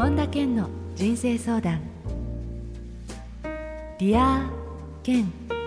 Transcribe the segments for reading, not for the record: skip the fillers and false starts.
本田健の人生相談。ディア健。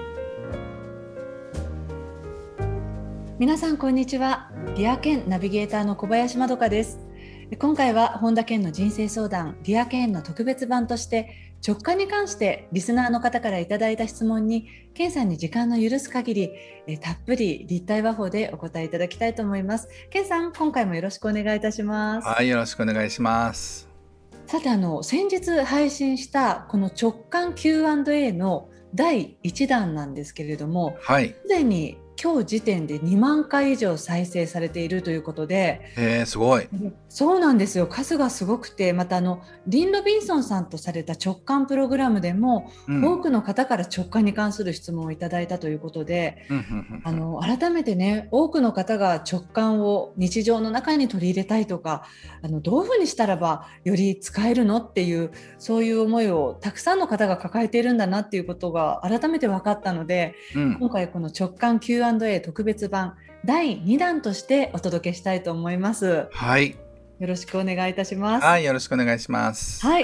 皆さんこんにちは。ディア健ナビゲーターの小林まどかです。今回は本田健の人生相談ディア健の特別版として直感に関してリスナーの方からいただいた質問に健さんに時間の許す限りたっぷり立体話法でお答えいただきたいと思います。健さん、今回もよろしくお願いいたします。 はい、よろしくお願いします。 さて先日配信したこの直感 Q&A の第1弾なんですけれども、 はい。 すでに今日時点で2万回以上再生されているということで、 すごい。 そうなんですよ。数がすごくて、またリン・ロビンソンさんとされた直感プログラムでも、多くの方から直感に関する質問をいただいたということで、改めてね、多くの方が直感を日常の中に取り入れたいとか、どういうふうにしたらばより使えるのっていう、そういう思いをたくさんの方が抱えているんだなっていうことが改めて分かったので、今回この直感 Q&A 特別版第2弾としてお届けしたいと思います。 はい。 よろしくお願いいたします。 はい、よろしくお願いします。 はい、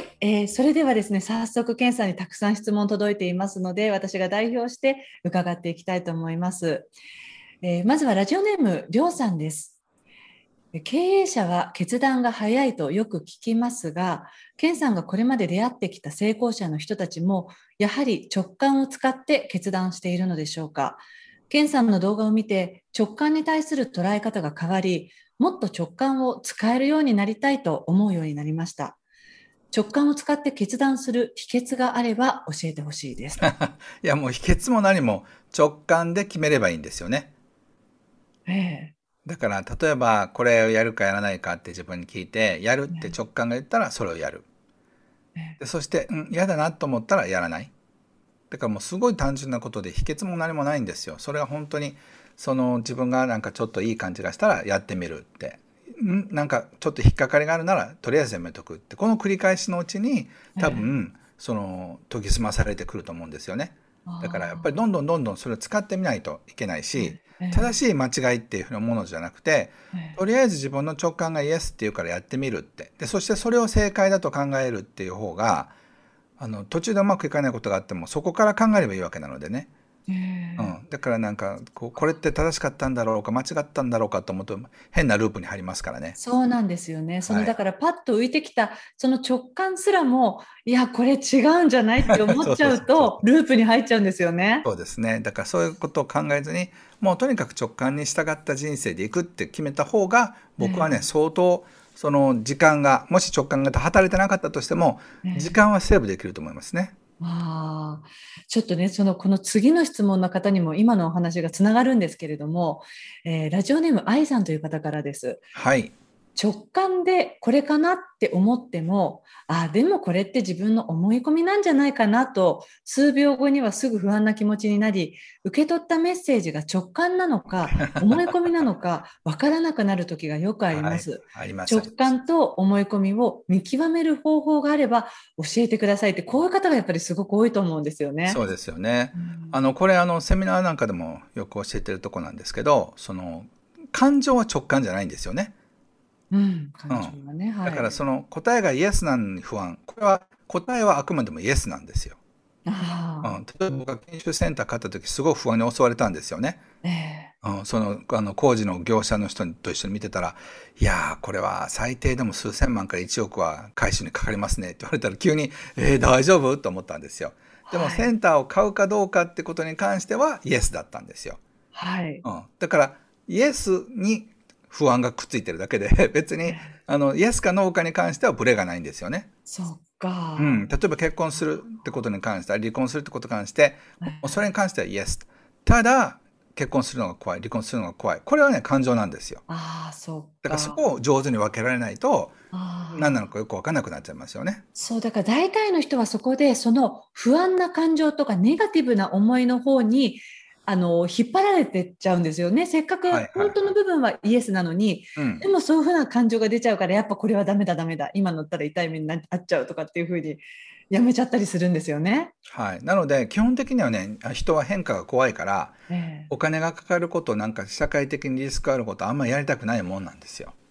それではですね、早速健さんにたくさん質問届いていますので、私が代表して伺っていきたいと思います。まずはラジオネームりょうさんです。経営者は決断が早いとよく聞きますが、健さんがこれまで出会ってきた成功者の人たちもやはり直感を使って決断しているのでしょうか。健さんの動画を見て直感に対する捉え方が変わり、もっと直感を使えるようになりたいと思うようになりました。直感を使って決断する秘訣があれば教えてほしいです。 いや、もう秘訣も何も直感で決めればいいんですよね。だから例えばこれをやるかやらないかって自分に聞いて、やるって直感が言ったらそれをやる。でそして嫌だなと思ったらやらない。だからもうすごい単純なことで秘訣も何もないんですよ。それは本当に自分がなんかちょっといい感じがしたらやってみるって。なんかちょっと引っかかりがあるならとりあえずやめとくって、この繰り返しのうちに多分研ぎ澄まされてくると思うんですよね。だからやっぱりどんどんそれを使ってみないといけないし、正しい間違いっていうふうなものじゃなくて、とりあえず自分の直感がイエスっていうからやってみるって、でそしてそれを正解だと考えるっていう方が、途中でうまくいかないことがあってもそこから考えればいいわけなのでね。だからなんかこれって正しかったんだろうか間違ったんだろうかと思うと変なループに入りますからね。 そうなんですよね。だからパッと浮いてきたその直感すらも、いやこれ違うんじゃないって思っちゃうとループに入っちゃうんですよね。 そうですね。だからそういうことを考えずに、もうとにかく直感に従った人生でいくって決めた方が、僕はね、相当その時間が、もし直感が働いてなかったとしても、時間はセーブできると思いますね。 ちょっとね、この次の質問の方にも今のお話がつながるんですけれども、ラジオネーム愛さんという方からです。 はい。 直感でこれかなって思っても、でもこれって自分の思い込みなんじゃないかなと、数秒後にはすぐ不安な気持ちになり、受け取ったメッセージが直感なのか思い込みなのかわからなくなる時がよくあります。 あります。 直感と思い込みを見極める方法があれば教えてくださいって、こういう方がやっぱりすごく多いと思うんですよね。 そうですよね。これセミナーなんかでもよく教えてるとこなんですけど、感情は直感じゃないんですよね。 感情はね、 だから答えがイエスなのに不安。答えはあくまでもイエスなんですよ。例えば僕が研修センター買った時すごい不安に襲われたんですよね。工事の業者の人と一緒に見てたら、いやーこれは最低でも数千万から1億は回収にかかりますねって言われたら急に大丈夫と思ったんですよ。でもセンターを買うかどうかってことに関してはイエスだったんですよ。だからイエスに不安がくっついてるだけで別にイエスかノーかに関してはブレがないんですよね。例えば結婚するってことに関しては、離婚するってことに関して、それに関してはイエス。ただ結婚するのが怖い、離婚するのが怖い、これはね感情なんですよ。だからそこを上手に分けられないと何なのかよく分からなくなっちゃいますよね。 だから大体の人はそこでその不安な感情とかネガティブな思いの方に引っ張られてっちゃうんですよね。せっかく本当の部分はイエスなのに、でもそういうふうな感情が出ちゃうから、やっぱこれはダメだ今乗ったら痛い目になっちゃうとかっていうふうにやめちゃったりするんですよね。 なので基本的にはね、人は変化が怖いから、お金がかかること、なんか社会的にリスクあることあんまりやりたくないもんなんですよ。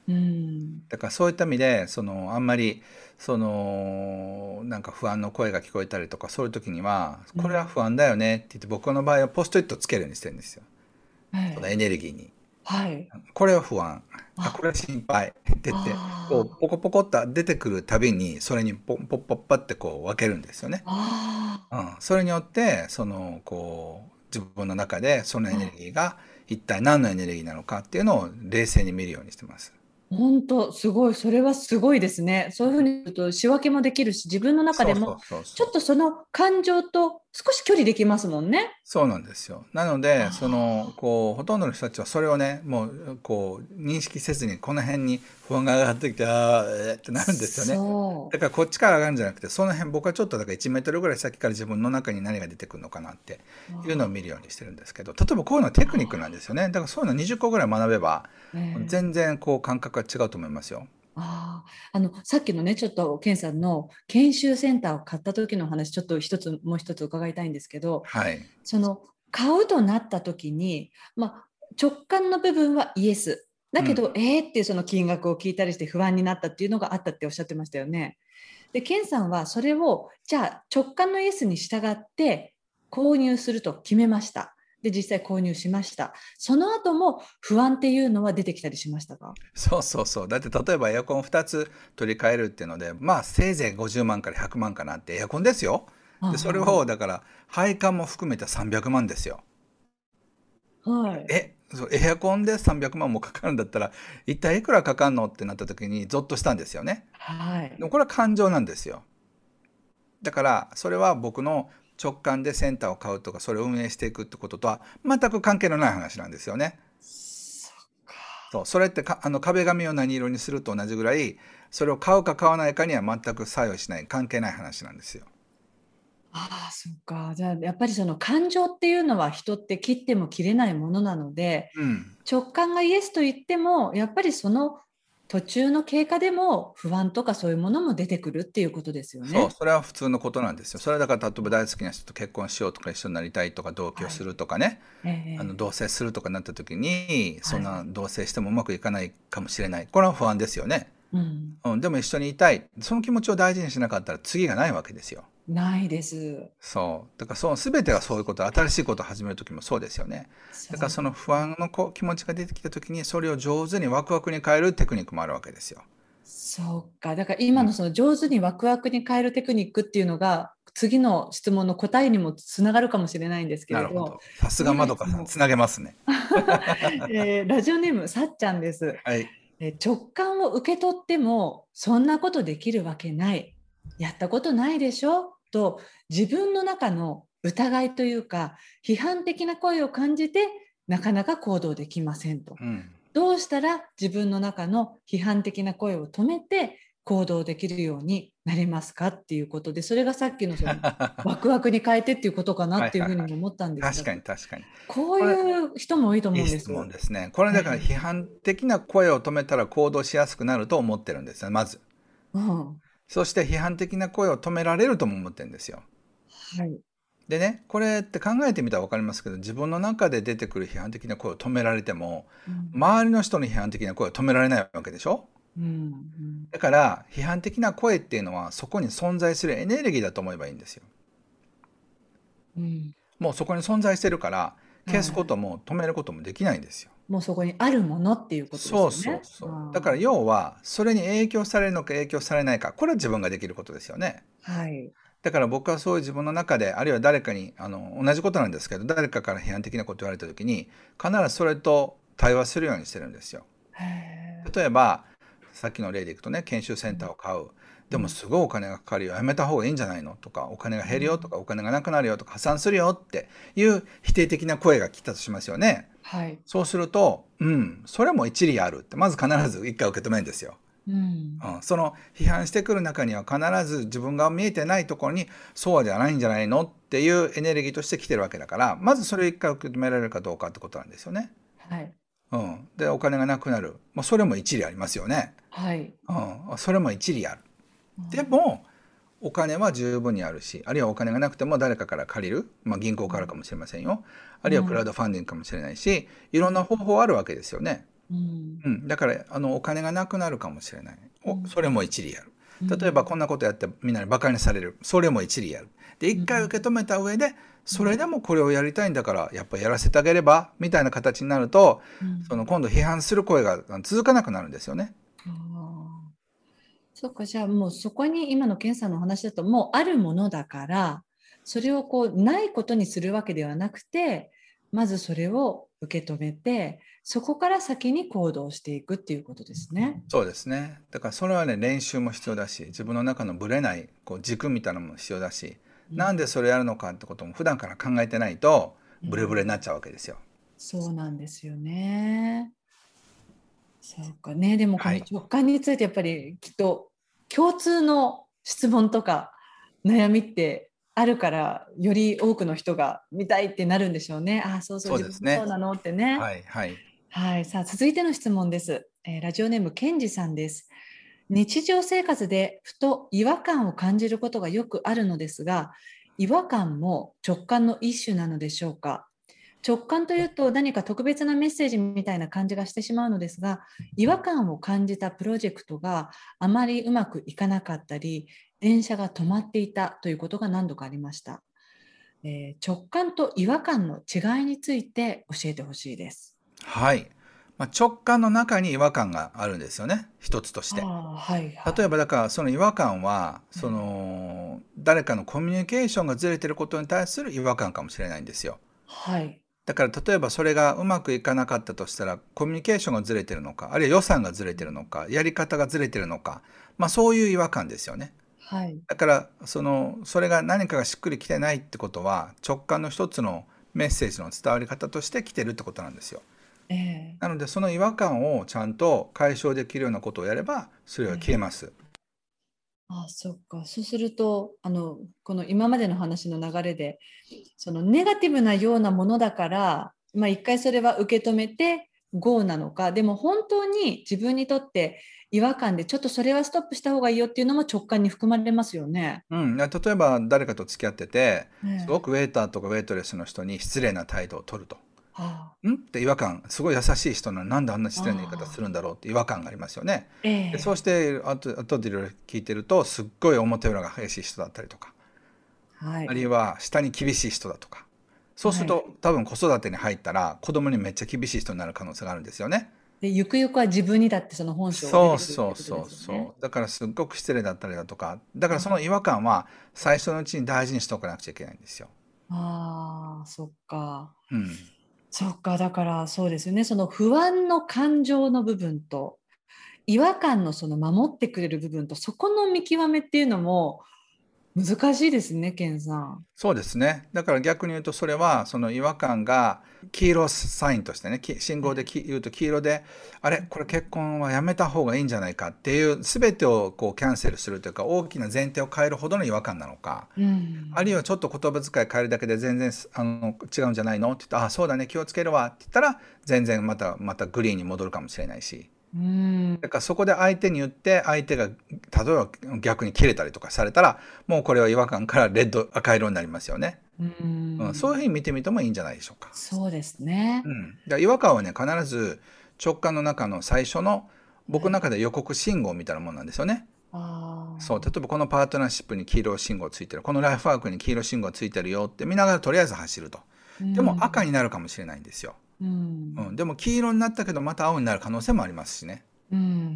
うん。 だからそういった意味で、あんまり、なんか不安の声が聞こえたりとか、そういう時には、これはうん。 不安だよねって言って、僕の場合はポストイットつけるようにしてるんですよ。そのエええ。 ネルギーに。 はい。 これは不安。あ、こあ、 れは心配って言って、こう、 あポコポコっと出てくるたびに、それにポッポッポッパってこう分けるんですよね。 あ、あうん。それによって、こう、自分の中でそのエネルあ、 ギーが一体何のエネルギーなのかっていうのを冷静に見るようにしてます。 本当、すごい、それはすごいですね。そういうふうにすると仕分けもできるし、自分の中でもそうそうそうそう。 ちょっとその感情と少し距離できますもんね。 そうなんですよ。なので、 あほとんどの人たちはそれをね、もう、認識せずに、この辺に不安が上がってきて、あーってあ、 なるんですよね。 そだからこっちから上がるんじゃなくて、その辺、僕はちょっとだから1メートルぐらい先から自分の中に何が出てくるのかなってう。 いうのをあ見るようにしてるんですけど、例えばこういうのはテクニックなんあ、 ですよね。だからそういうの20個ぐらい学べば、全ええ。 然感覚が違うと思いますよ。 ああ、さっきのね、ちょっと、ケンさんの研修センターを買った時の話、ちょっともう一つ伺いたいんですけど、 はい。 その、買うとなった時に、まあ、直感の部分はイエス。だうん。 けど、っていうその金額を聞いたりして不安になったっていうのがあったっておっしゃってましたよね。で、ケンさんはそれを、じゃあ直感のイエスに従って購入すると決めました。で、実際購入しました。その後も不安っていうのは出てきたりしましたか？ そうそうそう。だって例えばエアコン2つ取り替えるっていうので、まあせいぜい50万から100万かなってエアコンですよ。で、それをだから配管も含めて300万ですよ。 はい。 そうエアコンで300万もかかるんだったら、一体いくらかかんのってなった時にゾッとしたんですよね。 はい。 でもこれは感情なんですよ。だからそれは僕の直感でセンターを買うとか、それを運営していくってこととは全く関係のない話なんですよね。 そっか。 そう、それって壁紙を何色にすると同じぐらい、それを買うか買わないかには全く作用しない、関係ない話なんですよ。 ああ、そっか。じゃあ、やっぱりその感情っていうのは人って切っても切れないものなので、 うん。 直感がイエスと言っても、やっぱりその途中の経過でも不安とかそういうものも出てくるっていうことですよそう、 ね。 それは普通のことなんですよ。それはだから例えば大好きな人と結婚しようとか一緒になりたいとか同居はい。 するとかね、 ええ、 同棲するとかなった時に、そんはい。 な同棲してもうまくいかないかもしれない。これは不安ですよね。 うん。 うん、でも一緒にいたい。その気持ちを大事にしなかったら次がないわけですよ。 ないです。 そう。だからその全てがそういうこと、新しいことを始める時もそうですよね。だからそのそうです。 不安の気持ちが出てきた時に、それを上手にワクワクに変えるテクニックもあるわけですよ。 そうか。だからうん。 今のその上手にワクワクに変えるテクニックっていうのが、次の質問の答えにもつながるかもしれないんですけれど、 なるほど。さすが次はまどかさん、 その、 つなげますね。 ラジオネームさっちゃんです。 はい。 直感を受け取ってもそんなことできるわけない、やったことないでしょと自分の中の疑いというか批判的な声を感じてなかなか行動できませんと。 うん。 どうしたら自分の中の批判的な声を止めて行動できるようになりますかっていうことで、それがさっきのそのワクワクに変えてっていうことかなっていうふうにはいはいはい。 も思ったんですが、 確かに確かに。 こうこれ、 いう人も多いと思うんです。 いい質問ですね。これだから批ええ。 判的な声を止めたら行動しやすくなると思ってるんですね、まず。 うん。 そして批判的な声を止められるとも思ってるんですよ。 はい。 でね、これって考えてみたら分かりますけど、自分の中で出てくる批判的な声を止められても、 うん。 周りの人の批判的な声を止められないわけでしょ。 うん。 だから批判的な声っていうのはそこに存在するエネルギーだと思えばいいんですよ。 うん。 もうそこに存在してるから消すこはい。 とも止めることもできないんですよ。 もうそこにあるものっていうことでそうすよね。 そうそう。だからあ要はそれに影響されるのか影響されないか、これは自分ができることですよね。 あ、はい。 だから僕はそういう自分の中で、あるいは誰かに同じことなんですけど、誰かから批判的なこと言われた時に必ずそれと対話するようにしてるんですよ。 へえ。 例えばさっきの例でいくとね、研修センタうん。 ーを買う。でもうん。 すごいお金がかかるよ、やめた方がいいんじゃないのとか、お金がうん。 減るよとか、お金がなくなるよとか、破産するよっていう否定的な声が来たとしますよね。 はい。 そうすると、うん、それも一理あるって、まず必ず一回受け止めるんですよ。 うん。 うん、その批判してくる中には必ず自分が見えてないところにそうじゃないんじゃないのっていうエネルギーとして来てるわけだから、まずそれを一回受け止められるかどうかってことなんですよね。 はい。 うん、でお金がなくなる、まあ、それも一理ありますよね。 はい。 うん、それも一理ある。 うん。 でもお金は十分にあるし、あるいはお金がなくても誰かから借りる、まあ、銀行からかもしれませんよ。あるいはクラウドファンディングかもしれないし、いろんな方法あるわけですよね。 うん。 うん、だからお金がなくなるかもしれない。 うん。 それも一理やる。 うん。 例えばこんなことやってみんなにバカにされる。それも一理やる。で、一回うん。 受け止めた上で、 うん。 それでもこれをやりたいんだから、やっぱやらせてあげれば、みたいな形になると、 うん。 今度批判する声が続かなくなるんですよね。 ああ。そっか、じゃあもうそこに今の健さんのお話だともうあるものだから、それをこうないことにするわけではなくて、まずそれを受け止めて、そこから先に行動していくっていうことですね。 そうですね。だからそれはね、練習も必要だし、自分の中のぶれない軸みたいなのも必要だし、 うん。 なんでそれやるのかってことも普段から考えてないと、ブレブレにうん。 なっちゃうわけですよ。 そうなんですよね。そうかね。でもこはい。 の直感についてやっぱりきっと共通の質問とか悩みってあるからより多くの人が見たいってなるんでしょうね。ああ、そうそう、 そう自分もそうですね。 なのってね。 はい、はい。 はい。さあ、続いての質問です。ラジオネーム、ケンジさんです。日常生活でふと違和感を感じることがよくあるのですが、違和感も直感の一種なのでしょうか。直感というと何か特別なメッセージみたいな感じがしてしまうのですが、違和感を感じたプロジェクトがあまりうまくいかなかったり、電車が止まっていたということが何度かありました。直感と違和感の違いについて教えてほしいです。 はい。直感の中に違和感があるんですよね。一つとしあて。 あ、はいはい。 例えばだからその違和感は、 ね。 誰かのコミュニケーションがずれてることに対する違和感かもしれないんですよ。 はい。 だから例えばそれがうまくいかなかったとしたら、コミュニケーションがずれてるのか、あるいは予算がずれてるのか、やり方がずれてるのか、そういう違和感ですよね。 はい。 だからそれが何かがしっくりきてないってことは、直感の一つのメッセージの伝わり方として来てるってことなんですよ。 ええ。 なのでその違和感をちゃんと解消できるようなことをやれば、それは消えええ。 ます。 あ、そっか。そうすると、この今までの話の流れで、そのネガティブなようなものだから、一回それは受け止めて GO なのか、でも本当に自分にとって違和感でちょっとそれはストップした方がいいよっていうのも直感に含まれますよね。 うん、例えば誰かと付き合ってて、すごええ。 くウェイターとかウェイトレスの人に失礼な態度を取ると。 あって違和感、すごい優しい人なのになんであんな失礼な言い方すあ。 るんだろうって違和感がありますよね。 えで、そうしえ。 て後でいろいろ聞いてると、すっごい表裏が激しい人だったりとか、 はい。 あるいは下に厳しい人だとか。そうすはい。 ると多分子育てに入ったら子供にめっちゃ厳しい人になる可能性があるんですよね。 で、ゆくゆくは自分にだってその本性が出そうてくるってことでそうそうすよね。 そう。だからすっごく失礼だったりだとか、だからその違あ和感は最初のうちに大事にしておかなくちゃいけないんですよ。 あ、ああ、そっか。 うん。 そっか、だからそうですよね。その不安の感情の部分と、違和感のその守ってくれる部分と、そこの見極めっていうのも難しいですね、ケンさん。 そうですね。だから逆に言うとそれはその違和感が黄色サインとしてね、信号で言うと黄色で、あれこれ結婚はやめた方がいいんじゃないかっていう全てをこうキャンセルするというか大きな前提を変えるほどの違和感なのか、 うん。 あるいはちょっと言葉遣い変えるだけで全然違うんじゃないのって言って、ああそうだね気をつけるわって言ったら全然またグリーンに戻るかもしれないし。 うん。 だからそこで相手に言って相手が例えば逆に切れたりとかされたらもうこれは違和感からレッド赤色になりますよね。 うそういうふん。 うに見てみてもいいんじゃないでしょうか。 そうですね。 だから違和感はね必ず直感の中の最初の僕のはい。 中で予告信号みたいなもんなんですよね。そう、例あえばこのパートナーシップに黄色信号ついてる、このライフワークに黄色信号ついてるよって見ながらとりあえず走ると。 うでも赤ん。 になるかもしれないんですよ。 うん。 でも黄色になったけどまた青になる可能性もありますしね。 うん。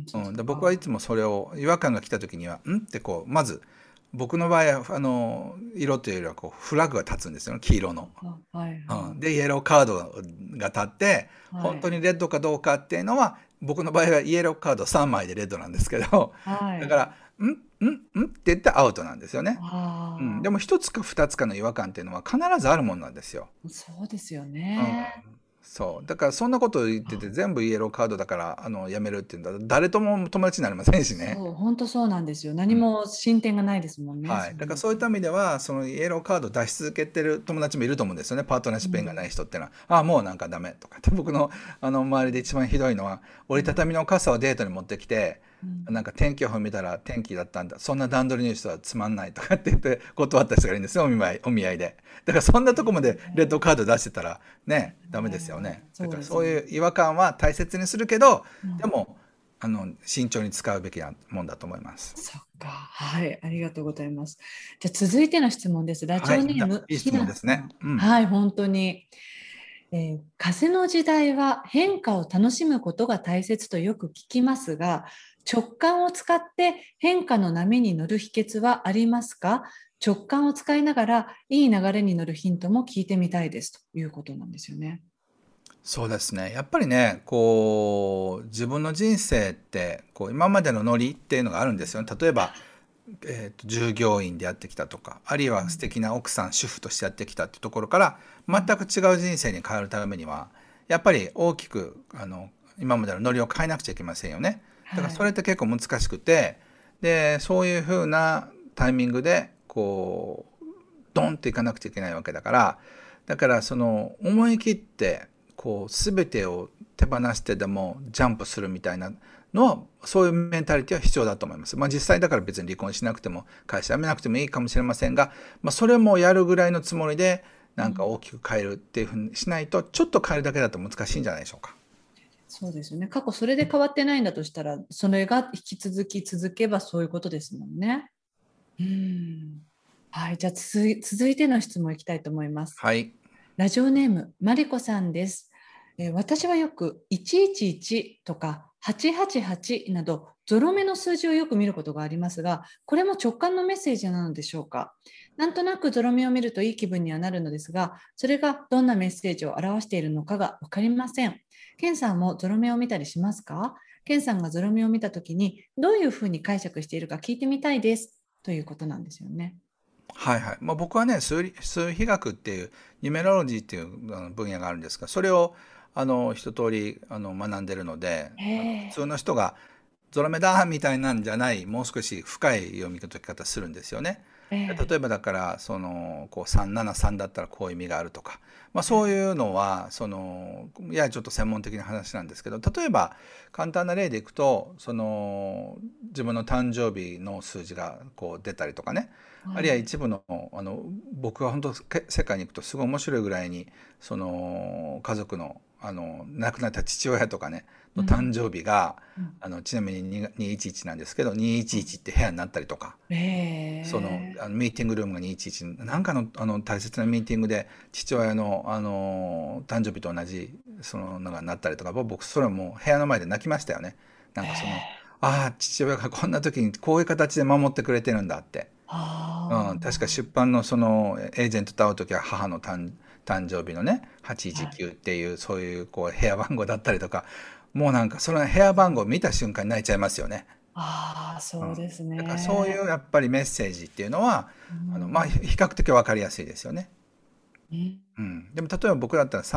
そっで僕はいか。 つもそれを違和感が来た時にはってこうまず僕の場合は色というよりはこうフラグが立つんですよね、黄色の。 はいはでイエローカードが立ってい。はい。 本当にレッドかどうかっていうのは僕の場合はイエローカード3枚でレッドなんですけど、 はい。 だからって言ってアウトなんですよね。でもあ一つか二つかの違和感っていうのは必ずあるものなんですよ。 あ、そうですようん、 ね。 そう。だからそんなことを言ってて全部イエローカードだからやめるっていうんだ誰とも友達になりませんしね。 そう、本当そうなんですよ。 うん。 何も進展がないですもんね、 はい。 そういうのって。 だからそういった意味ではそのイエローカードを出し続けてる友達もいると思うんですよね。パートナーシップ縁がないうん。 人ってのは、ああ、もうなんかダメとかって僕の周りで一番ひどいのは折りたたみの傘をデートに持ってきて、 なんか天気予報見たら天気だったんだ。そんな段取りの人はつまんないとかって言って断った人がいるんですよ、お見合いで。だからそんなとこまでレッドカード出してたらね、ダメですよね。だからそういう違和感は大切にするけど、でも、慎重に使うべきなもんだと思います。 そっか。はい。ありがとうございます。じゃあ続いての質問です。ラジはい。 オネーム、 いい質ひなさん。 問ですね。うん。 はい、本当に。風の時代は変化を楽しむことが大切とよく聞きますが、直感を使って変化の波に乗る秘訣はありますか？直感を使いながらいい流れに乗るヒントも聞いてみたいですということなんですよね。 そうですね。やっぱりね、こう、自分の人生って、こう、今までのノリっていうのがあるんですよね。例えば、従業員でやってきたとか、あるいは素敵な奥さん、主婦としてやってきたっていうところから、全く違う人生に変わるためには、やっぱり大きく、今までのノリを変えなくちゃいけませんよね。だからそれって結構難しくて、で、そういうふうなタイミングで、こう、ドンっていかなくちゃいけないわけだから、だからその思い切って、こう、すべてを手放してでもジャンプするみたいなのは、そういうメンタリティは必要だと思います。まあ実際だから別に離婚しなくても、会社辞めなくてもいいかもしれませんが、まあそれもやるぐらいのつもりで、なんか大きく変えるっていうふうにしないと、ちょっと変えるだけだと難しいんじゃないでしょうか。 そうですよね。過去それで変わってないんだとしたら、それが引き続き続けばそういうことですもんね。うん。はい、じゃあ続いての質問いきたいと思います。 はい。 ラジオネーム、マリコさんです。私はよく111とか888などゾロ目の数字をよく見ることがありますが、これも直感のメッセージなのでしょうか？なんとなくゾロ目を見るといい気分にはなるのですが、それがどんなメッセージを表しているのかが分かりません。ケンさんもゾロ目を見たりしますか？ケンさんがゾロ目を見たときにどういうふうに解釈しているか聞いてみたいですということなんですよね。 はいはい。まあ、僕はね、数比学っていう、ニュメロロジーっていう分野があるんですが、それを、一通り、学んでるので、 へ普え。 通の人が、ゾロ目だみたいなんじゃない、もう少し深い読み解き方するんですよね。例えばだから、こう373だったらこういう意味があるとか、まあそういうのは、ややちょっと専門的な話なんですけど、例えば簡単な例でいくと、自分の誕生日の数字がこう出たりとかね、あるいは一部の、僕が本当世界に行くとすごい面白いぐらいに、家族の、亡くなった父親とかね、の誕生日が、ちなみに211なんですけど、211って部屋になったりとか、ミーティングルームが211、なんかの、大切なミーティングで父親の、誕生日と同じ、のがなったりとか、僕、それはもう部屋の前で泣きましたよね。なんかああ、父親がこんな時にこういう形で守ってくれてるんだって。うん、確か出版のそのエージェントと会う時は母の誕生日のね、819っていう、そういうこう部屋番号だったりとか、もうなんかその部屋番号を見た瞬間に泣いちゃいますよね。 ああ、 うん。 そうですだからそういね。 うやっぱりメッセージっていうのは、 うまあん。 比較的わかりやすいですよね。 ね。 うん。でも例えば僕だったら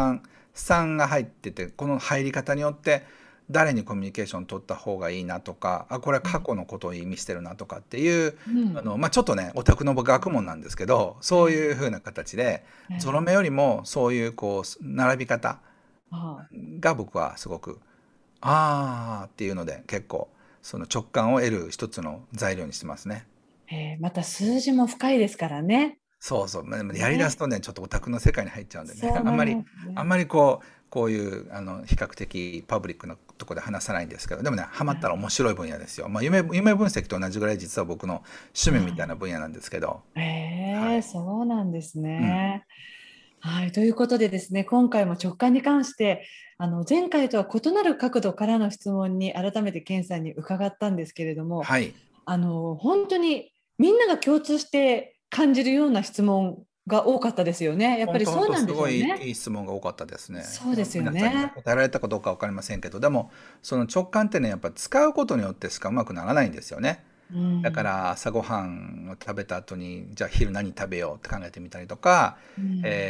3が入ってて、この入り方によって誰にコミュニケーション取った方がいいなとか、あ、これは過去のことを意味してるなとかっていう、 うん。 まあ、ちょっとね、オタクの学問なんですけど、そういう風な形で、ゾロ目よりもそういうこう、並び方あが僕はすごく、あーっていうので結構、その直感を得る一つの材料にしてますね。 また数字も深いですからね。 そうそう。まあ、でもやりだすね。 とね、ちょっとオタクの世界に入っちゃうんでね。 そうなりますあんね。 まりこう、こういう、比較的パブリックなとこで話さないんですけど、でもね、ハマったら面白い分野ですよ。まあ、夢分析と同じぐらい実は僕の趣味みたいな分野なんですけど。はい。 そうなんですうん。 ね。はい、ということでですね、今回も直感に関して、前回とは異なる角度からの質問に改めて健さんに伺ったんですけれども、 はい。 本当にみんなが共通して感じるような質問が多かったですよね。やっぱりそうなんで本当すごしょうね。 いいい質問が多かったですね。 そうですよ皆さんにね、 ね。 答えられたかどうかわかりませんけど、でも、その直感ってね、やっぱ使うことによってしかうまくならないんですよね。 うだかん。 ら朝ごはんを食べた後に、じゃあ昼何食べようって考えてみたりとか、 うん。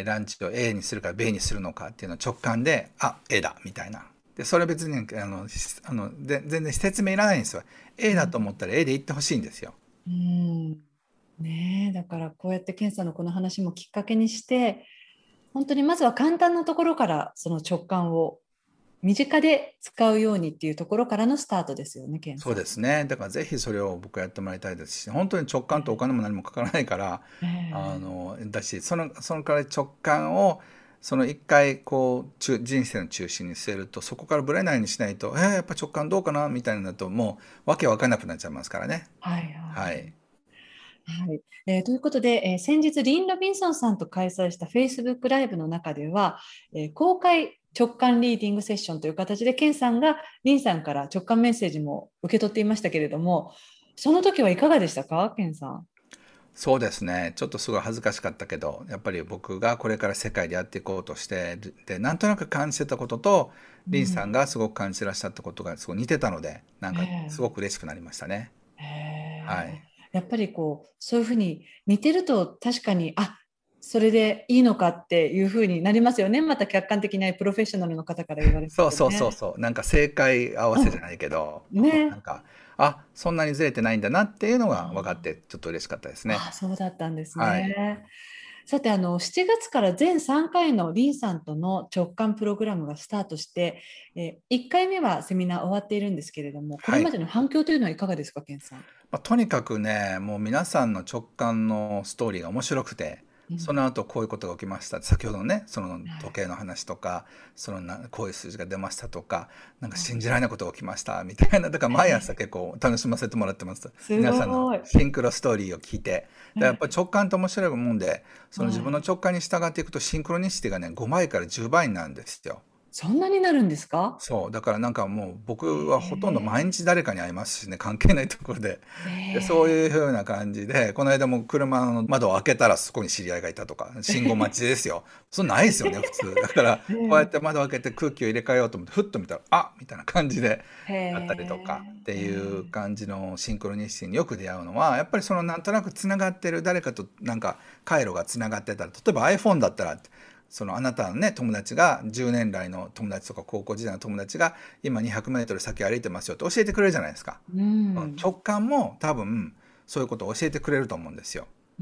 ランチを A にするか B にするのかっていうのを直感で、あ、A だみたいな。で、それ別に全然説明いらないんですよ。A だと思ったら A で言ってほしいんですよ。 うん。ねえ、だからこうやって健さんのこの話もきっかけにして、本当にまずは簡単なところからその直感を身近で使うようにっていうところからのスタートですよね、ケンそうさですね。だからぜひそれを僕はやってもらいたいですし、本当に直感とお金も何もかからないから、 ん。 だし、そのから直感を、その一回こう、人生の中心に据えると、そこからぶれないようにしないと、やっぱ直感どうかなみたいになると、もうわけわかんなくなっちゃいますからね。 はいはい。 はい。 はい。ということで、先日、リン・ロビンソンさんと開催した Facebook ライブの中では、公開直感リーディングセッションという形で、ケンさんがリンさんから直感メッセージも受け取っていましたけれども、その時はいかがでしたか、ケンさん。 そうですね。ちょっとすごい恥ずかしかったけど、やっぱり僕がこれから世界でやっていこうとしてで、なんとなく感じてたことと、リンさんうん。 がすごく感じてらっしゃったことがすごい似てたので、なんかすごえく嬉しくなりましたね。はえ。 い。 やっぱりこう、そういうふうに似てると確かに、あ、それでいいのかっていうふうになりますよね。また客観的なプロフェッショナルの方から言われるそうそうそうとね。 そう。なんか正解合わうん。 せじゃないけど、なね。 んか、そんなにずれてないんだなっていうのが分かって、ちょっと嬉しかったですね。 ああ、そうだったんですはい。 ね。さて、7月から全3回のリンさんとの直感プログラムがスタートして、1回目はセミナー終わっているんですけれども、これはい。 までの反響というのはいかがですか、ケンさん。 とにかくね、もう皆さんの直感のストーリーが面白くて、 うん。 その後こういうことが起きました。先ほどのね、そのはい。 時計の話とか、こういう数字が出ましたとか、なんかはい。 信じられないことが起きましたみたいな、だから毎朝結構楽しませてもらってます。 す皆さんのごい。 シンクロストーリーを聞いて。でやっぱり直感って面白いもんで、その自分のはい。 直感に従っていくとシンクロニシティがね、5倍から10倍になるんですよ。 そんなになるんですか？ そう、だからなんかもう僕はほとんど毎え日誰かに会いますしね、関係ないところで。で、そういうええ風な感じで、この間も車の窓を開けたらそこに知り合いがいたとか、信号待ちですよ。そんないですよね、普通。だから、こうやってええ窓を開けて空気を入れ替えようと思って、ふっと見たら、みたいな感じでへあったりとかえっていうええ感じのシンクロニシティによく出会うのは、やっぱりそのなんとなくつながってる誰かとなんか回路がつながってたら、例えば iPhone だったら、そのあなたのね、友達が10年来の友達とか高校時代の友達が今200メートル先歩いてますよって教えてくれるじゃないですか。 うん。 直感も多分そういうことを教えてくれると思うんですよ。 うん。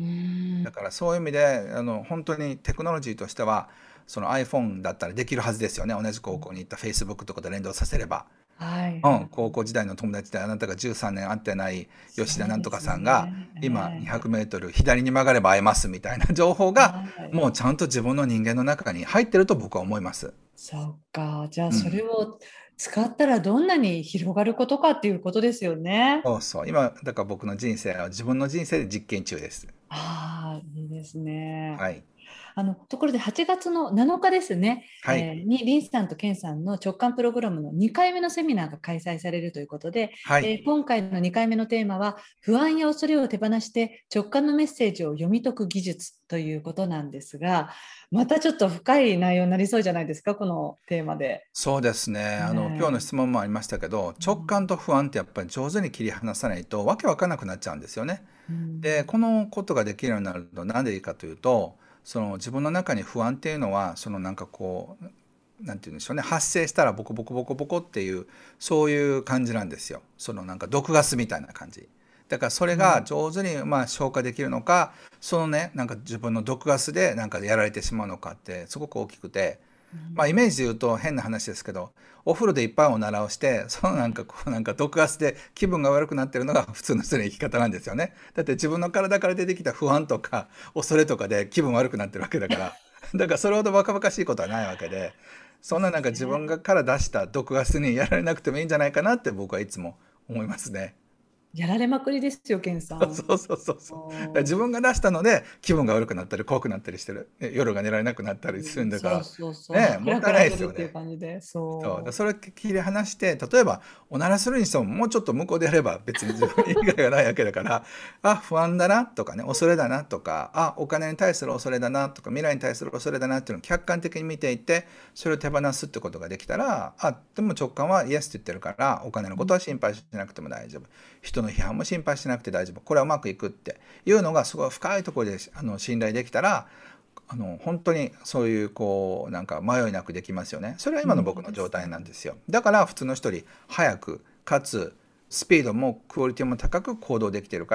だからそういう意味で本当にテクノロジーとしてはその iPhone だったらできるはずですよね。同じ高校に行った Facebook とかと連動させれば。 はいうん、 はい。 高校時代の友達であなたが13年会ってない吉田なんとかそうですさんがね。 今200 ええメートル左に曲がれば会えますみたいな情報がはい。 もうちゃんと自分の人間の中に入ってると僕は思います。 そっか。じゃあ、それうん。 を使ったらどんなに広がることかっていうことですよね。 そうそう。今、だから僕の人生は自分の人生で実験中です。 ああ、いいですね。 はい。 ところで8月の7日ですね、 はい。 にリンさんとケンさんの直感プログラムの2回目のセミナーが開催されるということで、 はい。 今回の2回目のテーマは不安や恐れを手放して直感のメッセージを読み解く技術ということなんですが、またちょっと深い内容になりそうじゃないですか、このテーマで。 そうですね。今日のね質問もありましたけど、 え。 直感と不安ってやっぱり上手に切り離さないとわけわかんなくなっちゃうんですよね。 うで、 ん。 このことができるようになると何でいいかというと、その自分の中に不安っていうのは、そのなんかこう、なんて言うんでしょうね、発生したらボコボコボコボコっていう、そういう感じなんですよ。そのなんか毒ガスみたいな感じ。だからそれがうん。 上手に消化できるのか、そのね、なんか自分の毒ガスでなんかやられてしまうのかってすごく大きくて、イメージで言うと変な話ですけど、お風呂でいっぱいおならをして、そのなんかこうなんか毒ガスで気分が悪くなってるのが普通の人の生き方なんですよね。だって自分の体から出てきた不安とか恐れとかで気分悪くなってるわけだから。だからそれほどバカバカしいことはないわけで、そんななんか自分ね。 がから出した毒ガスにやられなくてもいいんじゃないかなって僕はいつも思いますね。 やられまくりですよ、ケンさん。 そうそうそうそう。だから自おー。 分が出したので気分が悪くなったり怖くなったりしてる。夜が寝られなくなったりするんだかそうら、 そうそう。 ねえ、 クラもったいなクラするっていういですよね。 感じで、 そう。 そそれを切り離して、例えば、おならするにしても、もうちょっと向こうでやれば別に自分以外がないわけだから、不安だなとかね、恐れだなとか、お金に対する恐れだなとか、未来に対する恐れだなっていうのを客観的に見ていて、それを手放すってことができたら、でも直感はイエスって言ってるから、お金のう。うん。 ことは心配しなくても大丈夫。人の批判も心配しなくて大丈夫。これはうまくいくっていうのが、すごい深いところで信頼できたら、本当にそういうこうなんか迷いなくできますよね。それは今の本僕の状態当ですね。 なんですよ。だから普通の人より早くかつスピードもクオリティも高く行動できてるから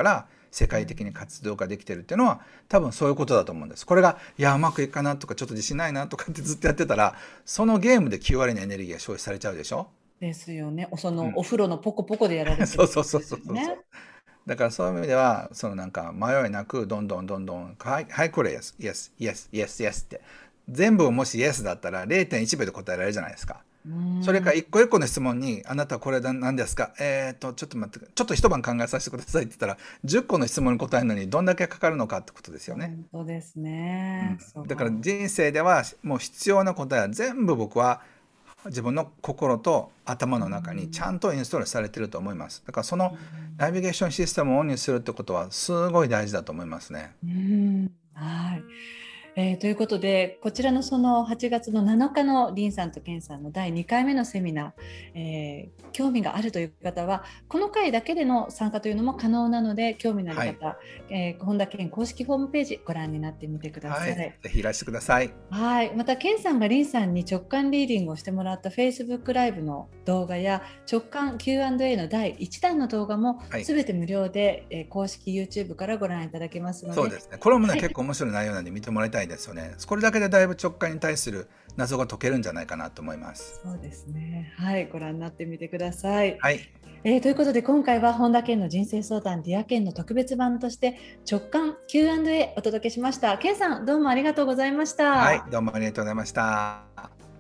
世界的に活動ができてるっていうのは多分そういうことだと思うんです。これがいやうまくいくかなとかちょっと自信ないなとかってずっとやってたらそのゲームで9割のエネルギーが消費されちゃうでしょ。 ですよね。そのお風呂のポコポコでやられてそうることそうそうそうそう。 ですよね。 だからそういう意味ではそのなんか迷いなくどんどんどんどんはい、はい、これ yes yes yes yes yes って全部もし yes だったら 0.1 秒で答えられるじゃないですか。それか一個一個の質問にあなたはこれ何ですか、ちょっと待ってちょっと一晩考えさせてくださいって言ったら10個の質問に答えるのにどんだけかかるのかってことですよね。 本当ですね。 だから人生ではもう必要な答えは全部僕は自分の心と頭の中にちゃんとインストールされてると思います。だからそのナビゲーションシステムをオンにするってことはすごい大事だと思いますね。 はい。ということでこちらのその8月の7日のリンさんとケンさんの第2回目のセミナー、興味があるという方はこの回だけでの参加というのも可能なので興味のある方、本田健公式ホームページご覧になってみてください。 ぜひいらしてください。 はい。またケンさんがリンさんに直感リーディングをしてもらった Facebook ライブの動画や直感 Q&A の第1弾の動画もすべて無料で、公式 YouTube からご覧いただけますので。 そうですね。これもね、結構面白い内容なんで見てもらいたいですよね。これだけでだいぶ直感に対する謎が解けるんじゃないかなと思います。 そうですね。はい。ご覧になってみてください。 はい。 ということで今回は本田健の人生相談ディア健の特別版として直感 Q&A お届けしました。健さんどうもありがとうございました。 はい、どうもありがとうございました。